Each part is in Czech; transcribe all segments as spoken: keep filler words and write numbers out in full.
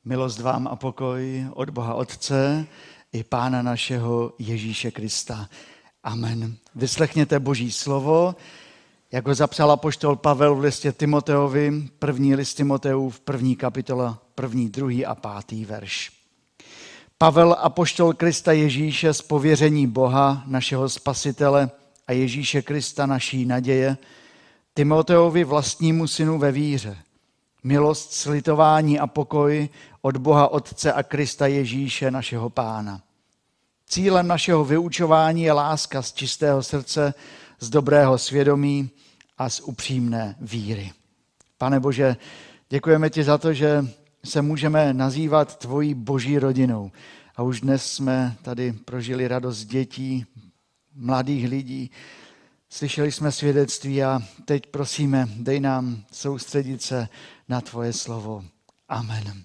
Milost vám a pokoj od Boha Otce i Pána našeho Ježíše Krista. Amen. Vyslechněte Boží slovo, jak ho zapsal apoštol Pavel v listě Timoteovi, první list Timoteův, první kapitola, první, druhý a pátý verš. Pavel, apoštol Krista Ježíše z pověření Boha, našeho Spasitele a Ježíše Krista, naší naděje, Timoteovi, vlastnímu synu ve víře. Milost, slitování a pokoj od Boha Otce a Krista Ježíše, našeho Pána. Cílem našeho vyučování je láska z čistého srdce, z dobrého svědomí a z upřímné víry. Pane Bože, děkujeme ti za to, že se můžeme nazývat tvojí boží rodinou. A už dnes jsme tady prožili radost dětí, mladých lidí. Slyšeli jsme svědectví a teď prosíme, dej nám soustředit se na tvoje slovo. Amen.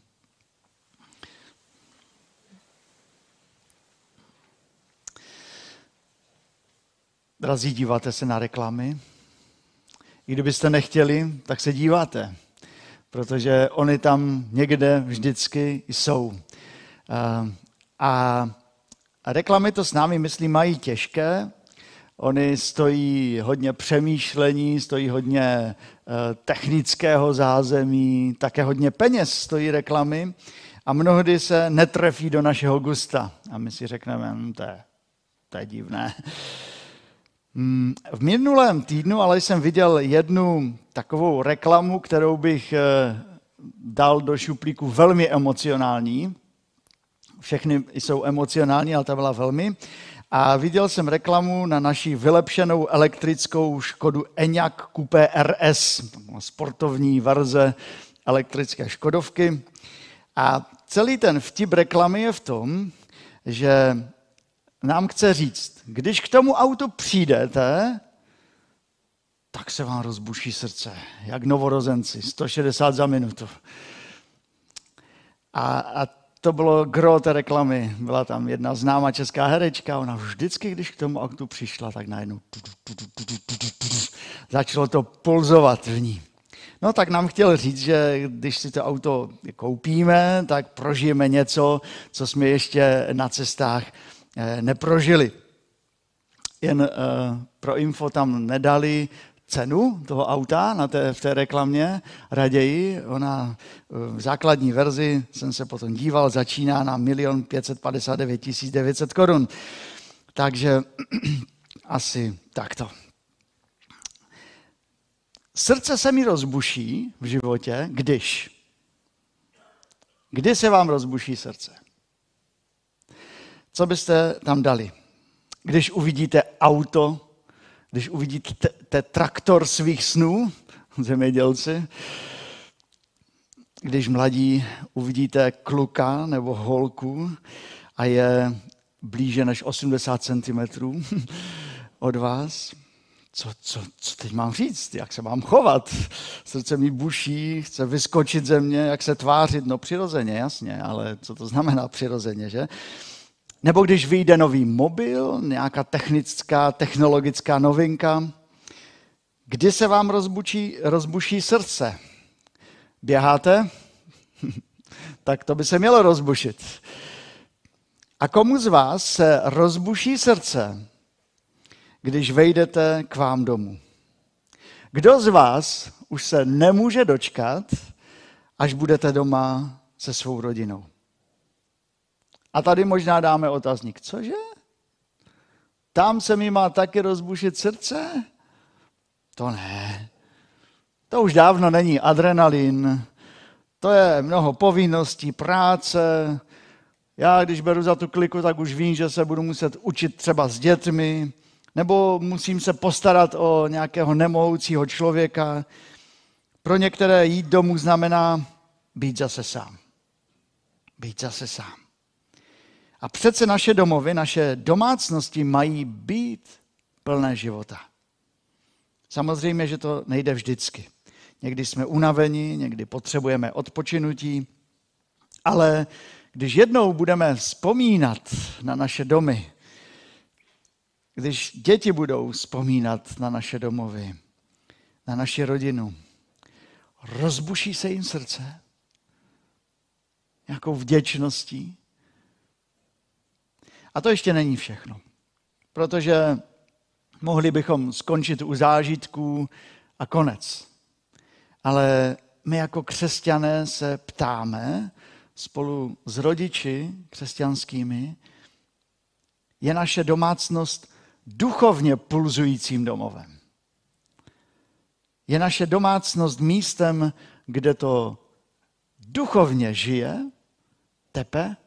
Drazí, díváte se na reklamy? I kdybyste nechtěli, tak se díváte, protože oni tam někde vždycky jsou. A reklamy to s námi, myslím, mají těžké. Oni stojí hodně přemýšlení, stojí hodně technického zázemí, také hodně peněz stojí reklamy a mnohdy se netrefí do našeho gusta. A my si řekneme, hm, to, je, to je divné. V minulém týdnu ale jsem viděl jednu takovou reklamu, kterou bych dal do šuplíku velmi emocionální. Všechny jsou emocionální, ale ta byla velmi. A viděl jsem reklamu na naši vylepšenou elektrickou Škodu Enyaq Coupé R S, sportovní verze elektrické Škodovky. A celý ten vtip reklamy je v tom, že nám chce říct, když k tomu autu přijdete, tak se vám rozbuší srdce, jak novorozenci, sto šedesát za minutu. A, a to bylo gro té reklamy. Byla tam jedna známá česká herečka, ona vždycky, když k tomu autu přišla, tak najednou začalo to pulzovat v ní. No tak nám chtěl říct, že když si to auto koupíme, tak prožijeme něco, co jsme ještě na cestách neprožili. Jen uh, pro info tam nedali cenu toho auta na té, v té reklamě, raději. Ona v základní verzi, jsem se potom díval, začíná na milion pět set padesát devět tisíc devět set korun. Takže asi takto. Srdce se mi rozbuší v životě, když. Kdy se vám rozbuší srdce? Co byste tam dali? Když uvidíte auto, když uvidíte te, traktor svých snů, zemědělci, když mladí uvidíte kluka nebo holku a je blíže než osmdesát centimetrů od vás, co, co, co teď mám říct, jak se mám chovat? Srdce mi buší, chce vyskočit ze mě, jak se tvářit, no přirozeně, jasně, ale co to znamená přirozeně, že? Nebo když vyjde nový mobil, nějaká technická, technologická novinka, kdy se vám rozbuší, rozbuší srdce? Běháte? Tak to by se mělo rozbušit. A komu z vás se rozbuší srdce, když vejdete k vám domů? Kdo z vás už se nemůže dočkat, až budete doma se svou rodinou? A tady možná dáme otazník. Cože? Tam se mi má taky rozbušit srdce? To ne. To už dávno není adrenalin. To je mnoho povinností, práce. Já, když beru za tu kliku, tak už vím, že se budu muset učit třeba s dětmi, nebo musím se postarat o nějakého nemohoucího člověka. Pro některé jít domů znamená být zase sám. Být zase sám. A přece naše domovy, naše domácnosti mají být plné života. Samozřejmě, že to nejde vždycky. Někdy jsme unaveni, někdy potřebujeme odpočinutí, ale když jednou budeme vzpomínat na naše domy, když děti budou vzpomínat na naše domovy, na naši rodinu, rozbuší se jim srdce? Já nějakou vděčností. A to ještě není všechno, protože mohli bychom skončit u zážitků a konec. Ale my jako křesťané se ptáme spolu s rodiči křesťanskými, je naše domácnost duchovně pulzujícím domovem. Je naše domácnost místem, kde to duchovně žije, tepe.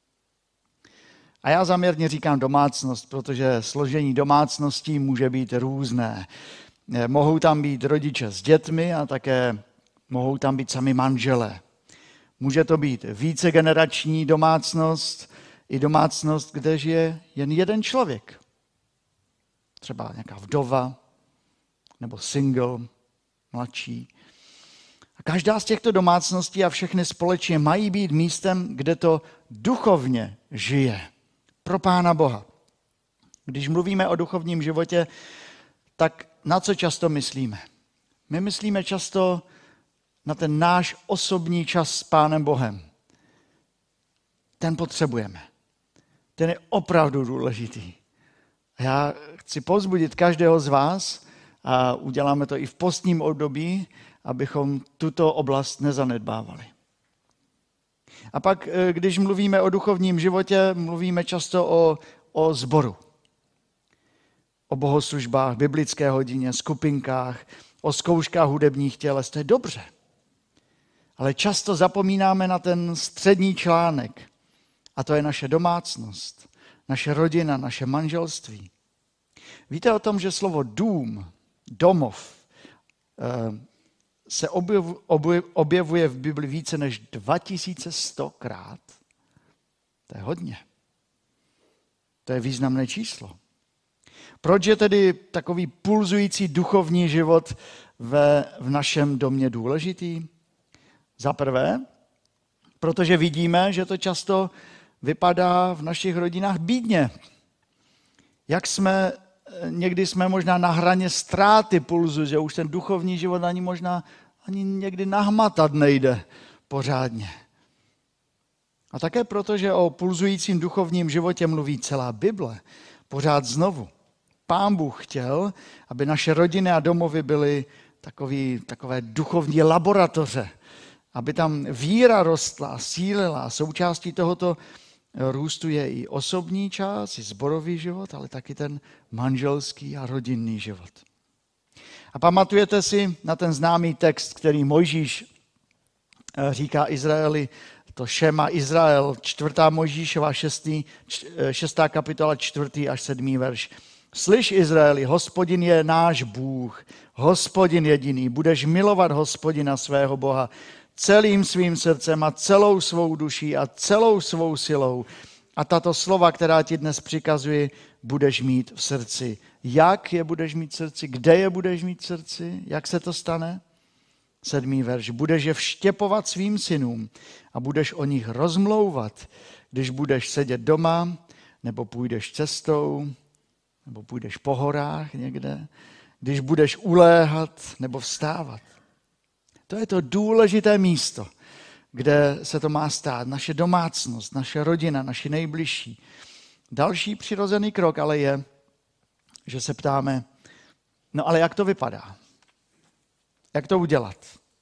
A já záměrně říkám domácnost, protože složení domácností může být různé. Mohou tam být rodiče s dětmi a také mohou tam být sami manželé. Může to být vícegenerační domácnost, i domácnost, kde žije jen jeden člověk. Třeba nějaká vdova nebo single, mladší. A každá z těchto domácností a všechny společně mají být místem, kde to duchovně žije. Pro Pána Boha. Když mluvíme o duchovním životě, tak na co často myslíme? My myslíme často na ten náš osobní čas s Pánem Bohem. Ten potřebujeme. Ten je opravdu důležitý. A já chci povzbudit každého z vás, a uděláme to i v postním období, abychom tuto oblast nezanedbávali. A pak, když mluvíme o duchovním životě, mluvíme často o, o sboru. O bohoslužbách, biblické hodině, skupinkách, o zkouškách hudebních těles. To je dobře. Ale často zapomínáme na ten střední článek. A to je naše domácnost, naše rodina, naše manželství. Víte o tom, že slovo dům, domov, se objevuje v Bibli více než dva tisíce sto krát? To je hodně. To je významné číslo. Proč je tedy takový pulzující duchovní život ve, v našem domě důležitý? Za prvé, protože vidíme, že to často vypadá v našich rodinách bídně. Jak jsme, někdy jsme možná na hraně ztráty pulzu, že už ten duchovní život ani možná ani někdy nahmatat nejde pořádně. A také proto, že o pulzujícím duchovním životě mluví celá Bible, pořád znovu. Pán Bůh chtěl, aby naše rodiny a domovy byly takový, takové duchovní laboratoře, aby tam víra rostla, sílila. Součástí tohoto růstu je i osobní čas, i sborový život, ale taky ten manželský a rodinný život. A pamatujete si na ten známý text, který Mojžíš říká Izraeli, to Šema Izrael, čtvrtá Mojžíšova, šestý, šestá kapitola, čtvrtý až sedmý verš. Slyš, Izraeli, Hospodin je náš Bůh, Hospodin jediný. Budeš milovat Hospodina svého Boha celým svým srdcem a celou svou duší a celou svou silou. A tato slova, která ti dnes přikazuji, budeš mít v srdci. Jak je budeš mít v srdci? Kde je budeš mít v srdci? Jak se to stane? Sedmý verš. Budeš je vštěpovat svým synům a budeš o nich rozmlouvat, když budeš sedět doma, nebo půjdeš cestou, nebo půjdeš po horách někde, když budeš uléhat nebo vstávat. To je to důležité místo, kde se to má stát. Naše domácnost, naše rodina, naši nejbližší. Další přirozený krok ale je, že se ptáme, no ale jak to vypadá? Jak to udělat?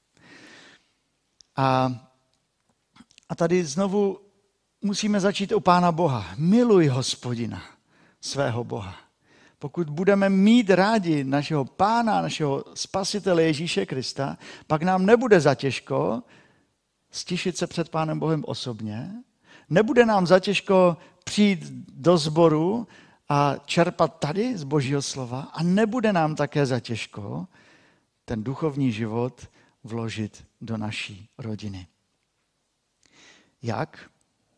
A, a tady znovu musíme začít u Pána Boha. Miluj Hospodina, svého Boha. Pokud budeme mít rádi našeho Pána, našeho Spasitele Ježíše Krista, pak nám nebude zatěžko stišit se před Pánem Bohem osobně, nebude nám zatěžko přijít do sboru a čerpat tady z Božího slova a nebude nám také zatěžko ten duchovní život vložit do naší rodiny. Jak?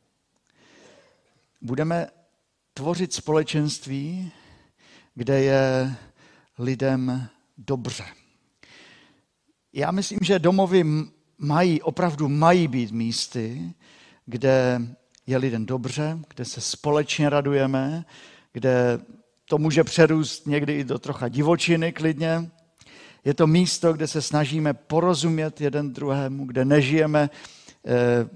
Budeme tvořit společenství, kde je lidem dobře. Já myslím, že domovy mají, opravdu mají být místy, kde je lidem dobře, kde se společně radujeme, kde to může přerůst někdy i do trocha divočiny klidně. Je to místo, kde se snažíme porozumět jeden druhému, kde nežijeme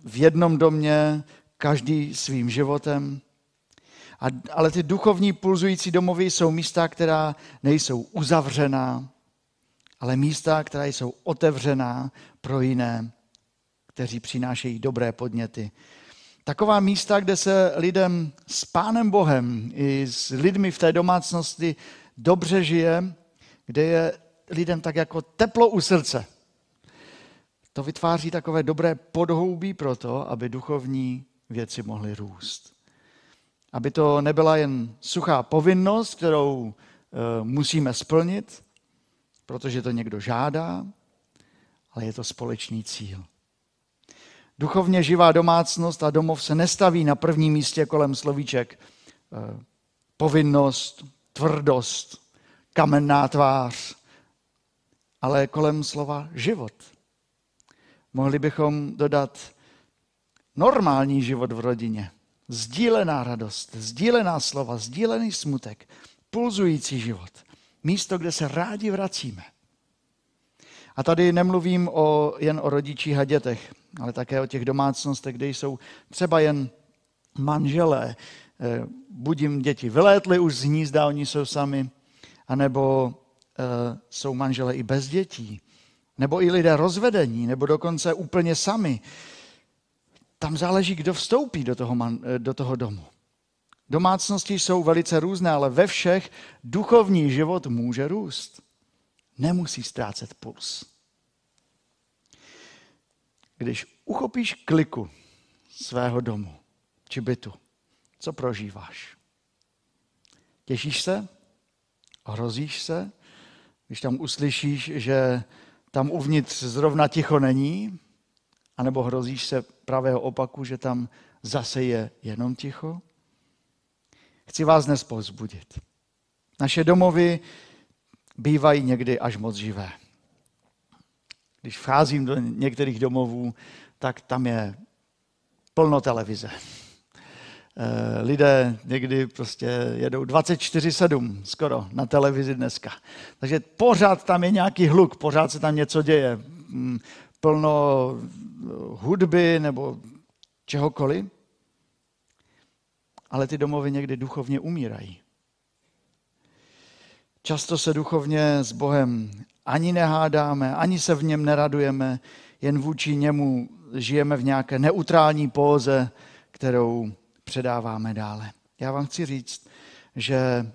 v jednom domě, každý svým životem. A, ale ty duchovní pulzující domovy jsou místa, která nejsou uzavřená, ale místa, která jsou otevřená pro jiné, kteří přinášejí dobré podněty. Taková místa, kde se lidem s Pánem Bohem i s lidmi v té domácnosti dobře žije, kde je lidem tak jako teplo u srdce. To vytváří takové dobré podhoubí pro to, aby duchovní věci mohly růst. Aby to nebyla jen suchá povinnost, kterou e, musíme splnit, protože to někdo žádá, ale je to společný cíl. Duchovně živá domácnost a domov se nestaví na prvním místě kolem slovíček e, povinnost, tvrdost, kamenná tvář, ale kolem slova život. Mohli bychom dodat normální život v rodině, sdílená radost, sdílená slova, sdílený smutek, pulzující život. Místo, kde se rádi vracíme. A tady nemluvím o, jen o rodičích a dětech, ale také o těch domácnostech, kde jsou třeba jen manželé. Buď jim děti vylétly už z hnízda, oni jsou sami, anebo e, jsou manželé i bez dětí, nebo i lidé rozvedení, nebo dokonce úplně sami. Tam záleží, kdo vstoupí do toho, man, do toho domu. Domácnosti jsou velice různé, ale ve všech duchovní život může růst. Nemusí ztrácet puls. Když uchopíš kliku svého domu či bytu, co prožíváš? Těšíš se? Hrozíš se? Když tam uslyšíš, že tam uvnitř zrovna ticho není? A nebo hrozíš se pravého opaku, že tam zase je jenom ticho? Chci vás dnes povzbudit. Naše domovy bývají někdy až moc živé. Když vcházím do některých domovů, tak tam je plno televize. Lidé někdy prostě jedou dvacet čtyři sedm skoro na televizi dneska. Takže pořád tam je nějaký hluk, pořád se tam něco děje. Plno hudby nebo čehokoliv. Ale ty domovy někdy duchovně umírají. Často se duchovně s Bohem ani nehádáme, ani se v něm neradujeme, jen vůči němu žijeme v nějaké neutrální póze, kterou předáváme dále. Já vám chci říct, že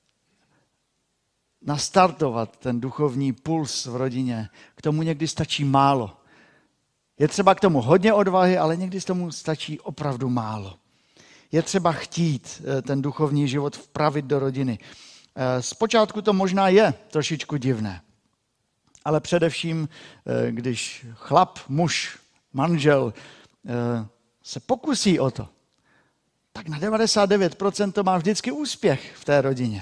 nastartovat ten duchovní puls v rodině, k tomu někdy stačí málo. Je třeba k tomu hodně odvahy, ale někdy z tomu stačí opravdu málo. Je třeba chtít ten duchovní život vpravit do rodiny. Zpočátku to možná je trošičku divné, ale především, když chlap, muž, manžel se pokusí o to, tak na devadesát devět procent to má vždycky úspěch v té rodině.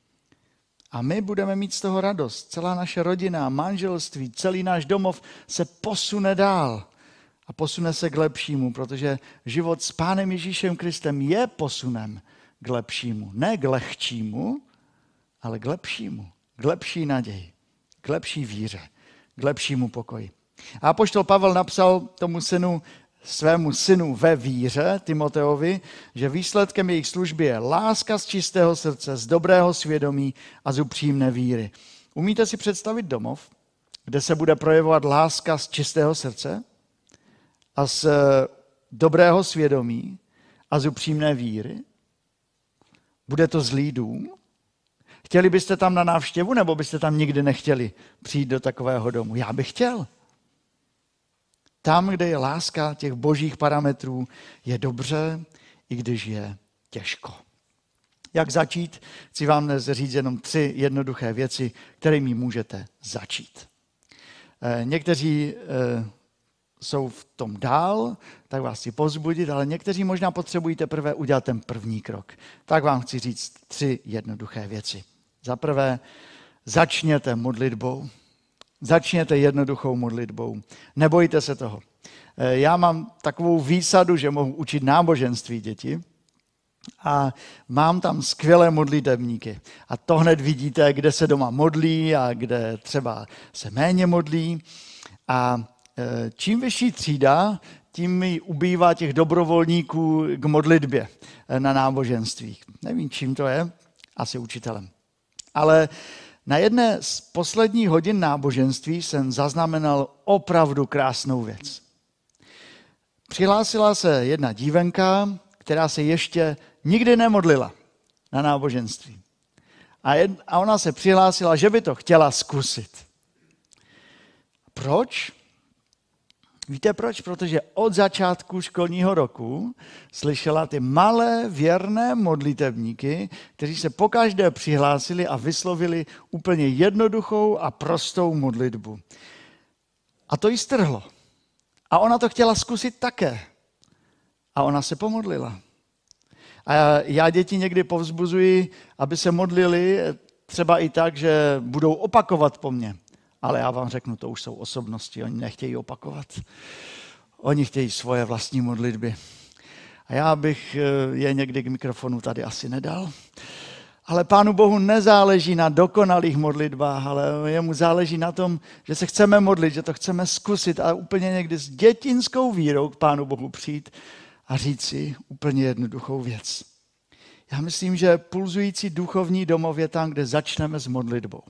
A my budeme mít z toho radost. Celá naše rodina, manželství, celý náš domov se posune dál. A posune se k lepšímu, protože život s Pánem Ježíšem Kristem je posunem k lepšímu. Ne k lehčímu, ale k lepšímu. K lepší naději, k lepší víře, k lepšímu pokoji. A apoštol Pavel napsal tomu synu, svému synu ve víře, Timoteovi, že výsledkem jejich služby je láska z čistého srdce, z dobrého svědomí a z upřímné víry. Umíte si představit domov, kde se bude projevovat láska z čistého srdce a z dobrého svědomí a z upřímné víry? Bude to zlý dům? Chtěli byste tam na návštěvu, nebo byste tam nikdy nechtěli přijít do takového domu? Já bych chtěl. Tam, kde je láska těch božích parametrů, je dobře, i když je těžko. Jak začít? Chci vám dnes říct jenom tři jednoduché věci, kterými můžete začít. Někteří jsou v tom dál, tak vás chci povzbudit, ale někteří možná potřebují teprve udělat ten první krok. Tak vám chci říct tři jednoduché věci. Za prvé, začněte modlitbou. Začněte jednoduchou modlitbou. Nebojte se toho. Já mám takovou výsadu, že mohu učit náboženství děti a mám tam skvělé modlitebníky. A to hned vidíte, kde se doma modlí a kde třeba se méně modlí. A čím vyšší třída, tím mi ubývá těch dobrovolníků k modlitbě na náboženstvích. Nevím, čím to je, asi učitelem. Ale na jedné z posledních hodin náboženství jsem zaznamenal opravdu krásnou věc. Přihlásila se jedna dívenka, která se ještě nikdy nemodlila na náboženství. A, jed, a ona se přihlásila, že by to chtěla zkusit. Proč? Víte proč? Protože od začátku školního roku slyšela ty malé věrné modlitebníky, kteří se pokaždé přihlásili a vyslovili úplně jednoduchou a prostou modlitbu. A to jí strhlo. A ona to chtěla zkusit také. A ona se pomodlila. A já děti někdy povzbuzuji, aby se modlili třeba i tak, že budou opakovat po mně. Ale já vám řeknu, to už jsou osobnosti, oni nechtějí opakovat. Oni chtějí svoje vlastní modlitby. A já bych je někdy k mikrofonu tady asi nedal. Ale Pánu Bohu nezáleží na dokonalých modlitbách, ale jemu záleží na tom, že se chceme modlit, že to chceme zkusit a úplně někdy s dětinskou vírou k Pánu Bohu přijít a říct si úplně jednoduchou věc. Já myslím, že pulzující duchovní domov je tam, kde začneme s modlitbou.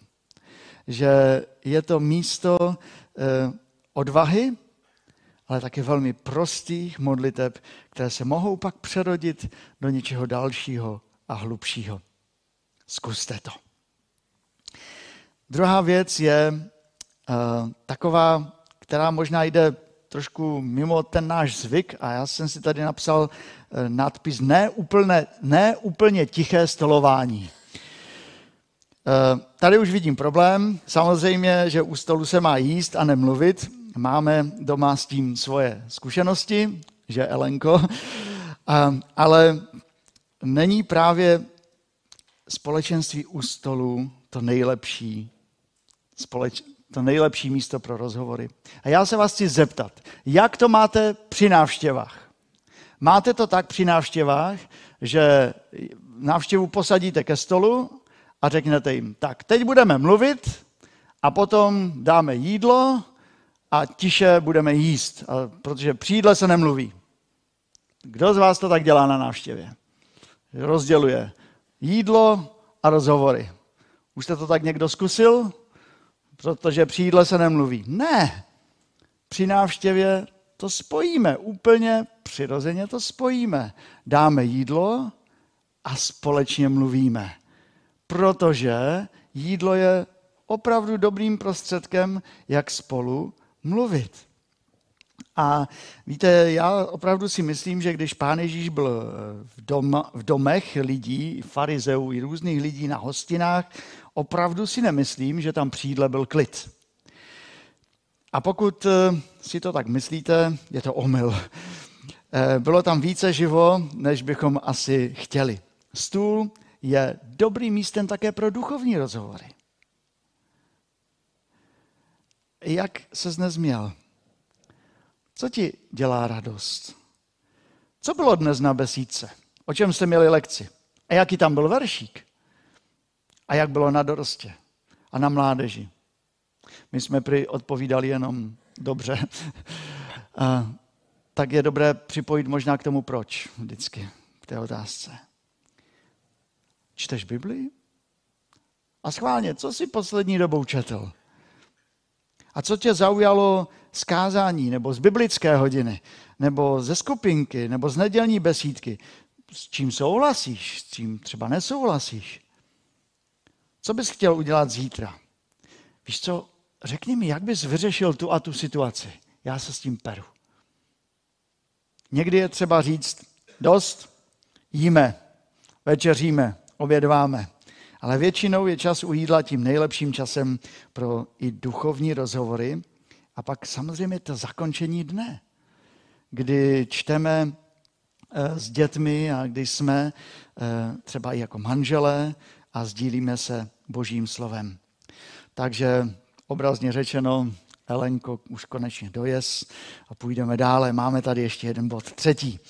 Že je to místo eh, odvahy, ale také velmi prostých modliteb, které se mohou pak přerodit do něčeho dalšího a hlubšího. Zkuste to. Druhá věc je uh, taková, která možná jde trošku mimo ten náš zvyk a já jsem si tady napsal uh, nadpis neúplně, neúplně tiché stolování. Uh, tady už vidím problém. Samozřejmě, že u stolu se má jíst a nemluvit. Máme doma s tím svoje zkušenosti, že Elenko, uh, ale není právě společenství u stolu to nejlepší, společ, to nejlepší místo pro rozhovory. A já se vás chci zeptat, jak to máte při návštěvách? Máte to tak při návštěvách, že návštěvu posadíte ke stolu a řeknete jim, tak teď budeme mluvit a potom dáme jídlo a tiše budeme jíst, protože při jídle se nemluví. Kdo z vás to tak dělá na návštěvě? Rozděluje jídlo a rozhovory. Už jste to tak někdo zkusil? Protože při jídle se nemluví. Ne. Při návštěvě to spojíme. Úplně přirozeně to spojíme. Dáme jídlo a společně mluvíme. Protože jídlo je opravdu dobrým prostředkem, jak spolu mluvit. A víte, já opravdu si myslím, že když Pán Ježíš byl v, dom, v domech lidí, farizeů i různých lidí na hostinách, opravdu si nemyslím, že tam při jídle byl klid. A pokud si to tak myslíte, je to omyl. Bylo tam více živo, než bychom asi chtěli. Stůl je dobrým místem také pro duchovní rozhovory. Jak ses dnes měl? Co ti dělá radost? Co bylo dnes na besídce? O čem jste měli lekci? A jaký tam byl veršík? A jak bylo na dorostě? A na mládeži? My jsme prý odpovídali jenom dobře. A tak je dobré připojit možná k tomu proč vždycky, k té otázce. Čteš Biblii? A schválně, co jsi poslední dobou četl? A co tě zaujalo z kázání, nebo z biblické hodiny, nebo ze skupinky, nebo z nedělní besídky? S čím souhlasíš, s čím třeba nesouhlasíš? Co bys chtěl udělat zítra? Víš co, řekni mi, jak bys vyřešil tu a tu situaci. Já se s tím peru. Někdy je třeba říct, dost, jíme, večeříme, obědváme. Ale většinou je čas u jídla tím nejlepším časem pro i duchovní rozhovory. A pak samozřejmě to zakončení dne, kdy čteme s dětmi a kdy jsme třeba i jako manželé a sdílíme se Božím slovem. Takže obrazně řečeno, Elenko, už konečně dojez a půjdeme dále. Máme tady ještě jeden bod, třetí.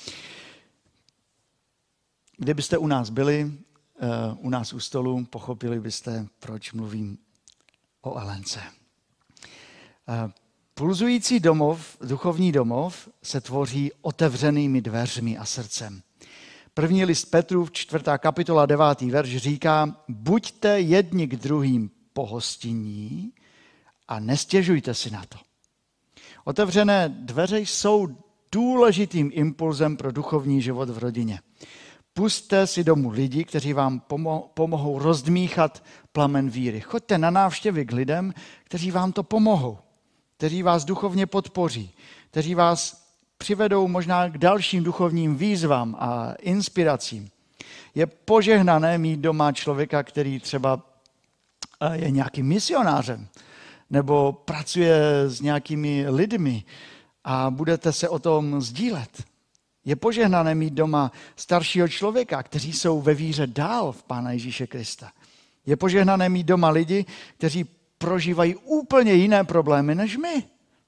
Kdybyste u nás byli, u nás u stolu, pochopili byste, proč mluvím o Elence. Pulzující domov, duchovní domov se tvoří otevřenými dveřmi a srdcem. První list Petrův, čtvrtá kapitola, devátý verš říká, buďte jedni k druhým pohostinní a nestěžujte si na to. Otevřené dveře jsou důležitým impulzem pro duchovní život v rodině. Pusťte si domů lidi, kteří vám pomo- pomohou rozdmíchat plamen víry. Choďte na návštěvy k lidem, kteří vám to pomohou, kteří vás duchovně podpoří, kteří vás přivedou možná k dalším duchovním výzvám a inspiracím. Je požehnané mít doma člověka, který třeba je nějakým misionářem nebo pracuje s nějakými lidmi a budete se o tom sdílet. Je požehnané mít doma staršího člověka, kteří jsou ve víře dál v Pána Ježíše Krista. Je požehnané mít doma lidi, kteří prožívají úplně jiné problémy než my.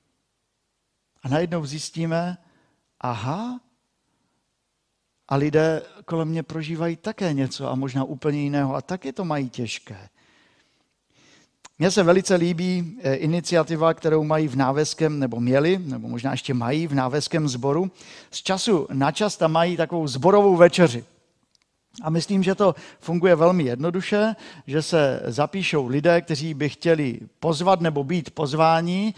A najednou zjistíme, aha, a lidé kolem mě prožívají také něco a možná úplně jiného a taky to mají těžké. Mně se velice líbí iniciativa, kterou mají v Návěském, nebo měli, nebo možná ještě mají v Návěském sboru. Z času na čas tam mají takovou sborovou večeři. A myslím, že to funguje velmi jednoduše, že se zapíšou lidé, kteří by chtěli pozvat nebo být pozváni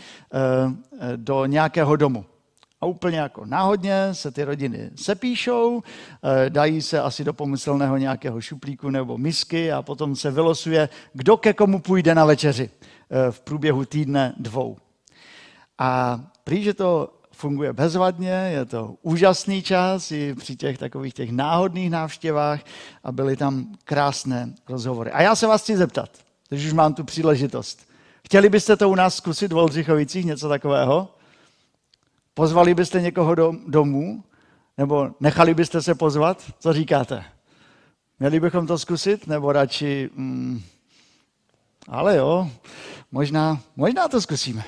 do nějakého domu. A úplně jako náhodně se ty rodiny sepíšou, dají se asi do pomyslného nějakého šuplíku nebo misky a potom se vylosuje, kdo ke komu půjde na večeři v průběhu týdne dvou. A prý, že to funguje bezvadně, je to úžasný čas i při těch takových těch náhodných návštěvách a byly tam krásné rozhovory. A já se vás chci zeptat, když už mám tu příležitost. Chtěli byste to u nás zkusit v Oldřichovicích, něco takového? Pozvali byste někoho do, domů? Nebo nechali byste se pozvat? Co říkáte? Měli bychom to zkusit? Nebo radši... Mm, ale jo, možná, možná to zkusíme.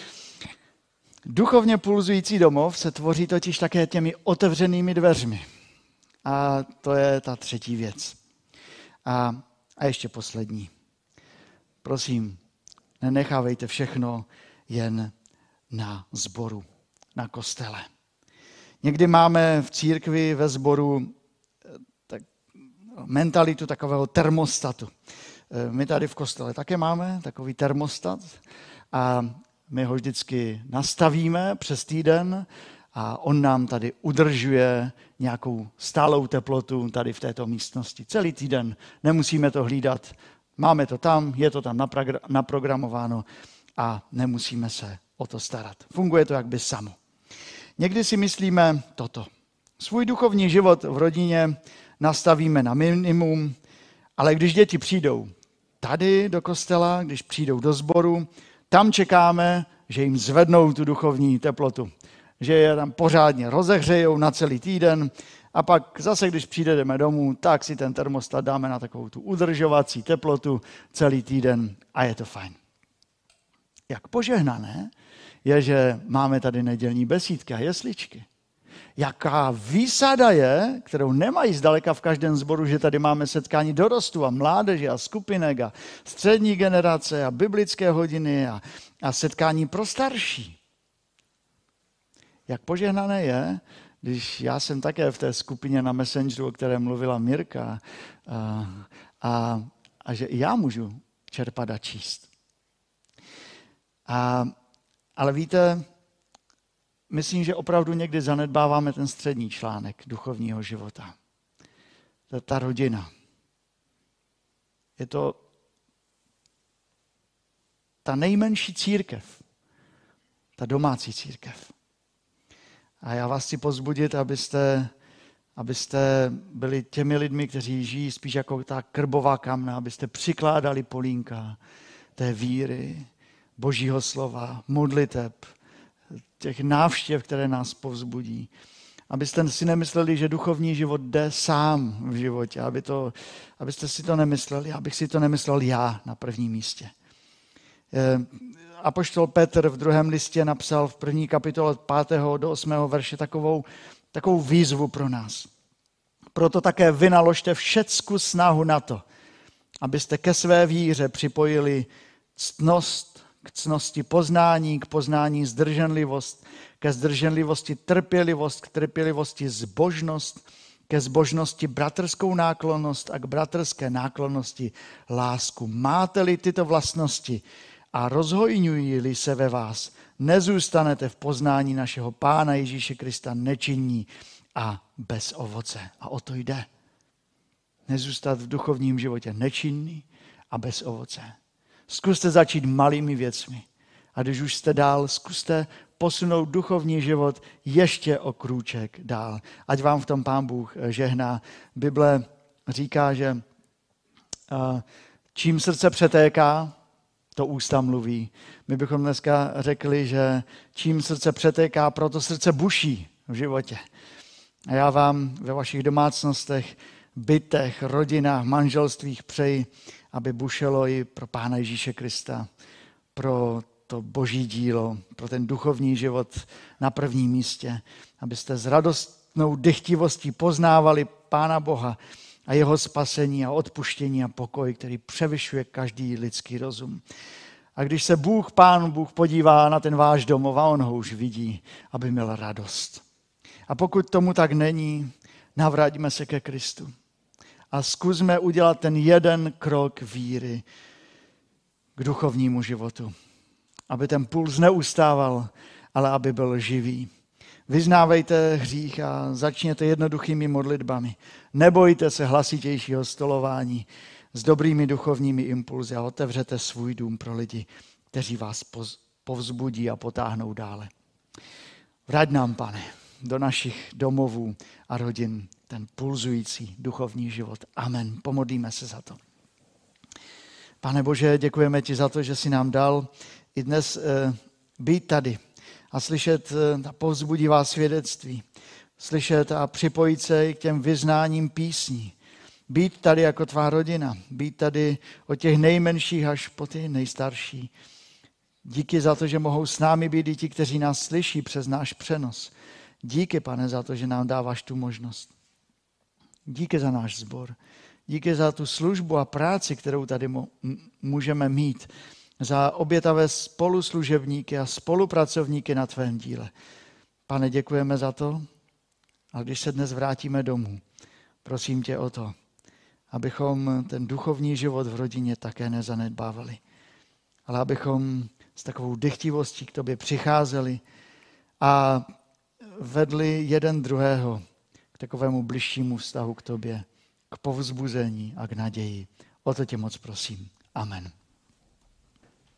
Duchovně pulzující domov se tvoří totiž také těmi otevřenými dveřmi. A to je ta třetí věc. A, a ještě poslední. Prosím, nenechávejte všechno jen na sboru, na kostele. Někdy máme v církvi ve sboru tak, mentalitu takového termostatu. My tady v kostele také máme takový termostat a my ho vždycky nastavíme přes týden a on nám tady udržuje nějakou stálou teplotu tady v této místnosti. Celý týden nemusíme to hlídat, máme to tam, je to tam naprogramováno a nemusíme se o to starat. Funguje to jakby samo. Někdy si myslíme toto. Svůj duchovní život v rodině nastavíme na minimum, ale když děti přijdou tady do kostela, když přijdou do sboru, tam čekáme, že jim zvednou tu duchovní teplotu, že je tam pořádně rozehřejou na celý týden a pak zase, když přijdeme domů, tak si ten termostat dáme na takovou tu udržovací teplotu celý týden a je to fajn. Jak požehnané je, že máme tady nedělní besídky a jesličky. Jaká výsada je, kterou nemají zdaleka v každém sboru, že tady máme setkání dorostu a mládeže a skupinek a střední generace a biblické hodiny a, a setkání pro starší. Jak požehnané je, když já jsem také v té skupině na Messengeru, o které mluvila Mirka, a, a, a že i já můžu čerpat a číst. A, ale víte, myslím, že opravdu někdy zanedbáváme ten střední článek duchovního života. To je ta rodina. Je to ta nejmenší církev, ta domácí církev. A já vás chci povzbudit, abyste, abyste byli těmi lidmi, kteří žijí spíš jako ta krbová kamna, abyste přikládali polínka té víry, Božího slova, modliteb, těch návštěv, které nás povzbudí. Abyste si nemysleli, že duchovní život jde sám v životě, aby to, abyste si to nemysleli, abych si to nemyslel já na prvním místě. Apoštol Petr v druhém listě napsal v první kapitole od pátého do osmého verše takovou, takovou výzvu pro nás. Proto také vynaložte všecku snahu na to, abyste ke své víře připojili ctnost, k ctnosti poznání, k poznání zdrženlivost, ke zdrženlivosti trpělivost, k trpělivosti zbožnost, ke zbožnosti bratrskou náklonnost a k bratrské náklonnosti lásku. Máte-li tyto vlastnosti a rozhojňují-li se ve vás, nezůstanete v poznání našeho Pána Ježíše Krista nečinní a bez ovoce. A o to jde. Nezůstat v duchovním životě nečinný a bez ovoce. Zkuste začít malými věcmi. A když už jste dál, zkuste posunout duchovní život ještě o krůček dál. Ať vám v tom Pán Bůh žehná. Bible říká, že čím srdce přetéká, to ústa mluví. My bychom dneska řekli, že čím srdce přetéká, proto srdce buší v životě. A já vám ve vašich domácnostech, bytech, rodinách, manželstvích přeji, aby bušelo i pro Pána Ježíše Krista, pro to boží dílo, pro ten duchovní život na prvním místě, abyste s radostnou dychtivostí poznávali Pána Boha a jeho spasení a odpuštění a pokoj, který převyšuje každý lidský rozum. A když se Bůh, Pán Bůh podívá na ten váš domov a on ho už vidí, aby měl radost. A pokud tomu tak není, navraťme se ke Kristu a zkusme udělat ten jeden krok víry k duchovnímu životu. Aby ten puls neustával, ale aby byl živý. Vyznávejte hřích a začněte jednoduchými modlitbami. Nebojte se hlasitějšího stolování s dobrými duchovními impulzy a otevřete svůj dům pro lidi, kteří vás povzbudí a potáhnou dále. Vrať nám, Pane, do našich domovů a rodin ten pulzující duchovní život. Amen. Pomodlíme se za to. Pane Bože, děkujeme ti za to, že jsi nám dal i dnes e, být tady a slyšet e, povzbudivá svědectví, slyšet a připojit se i k těm vyznáním písní. Být tady jako tvá rodina, být tady od těch nejmenších až po ty nejstarší. Díky za to, že mohou s námi být i ti, kteří nás slyší přes náš přenos. Díky, Pane, za to, že nám dáváš tu možnost. Díky za náš sbor. Díky za tu službu a práci, kterou tady můžeme mít. Za obětavé spoluslužebníky a spolupracovníky na tvém díle. Pane, děkujeme za to. A když se dnes vrátíme domů, prosím tě o to, abychom ten duchovní život v rodině také nezanedbávali. Ale abychom s takovou dychtivostí k tobě přicházeli a vedli jeden druhého k takovému bližšímu vztahu k tobě, k povzbuzení a k naději. O to tě moc prosím. Amen.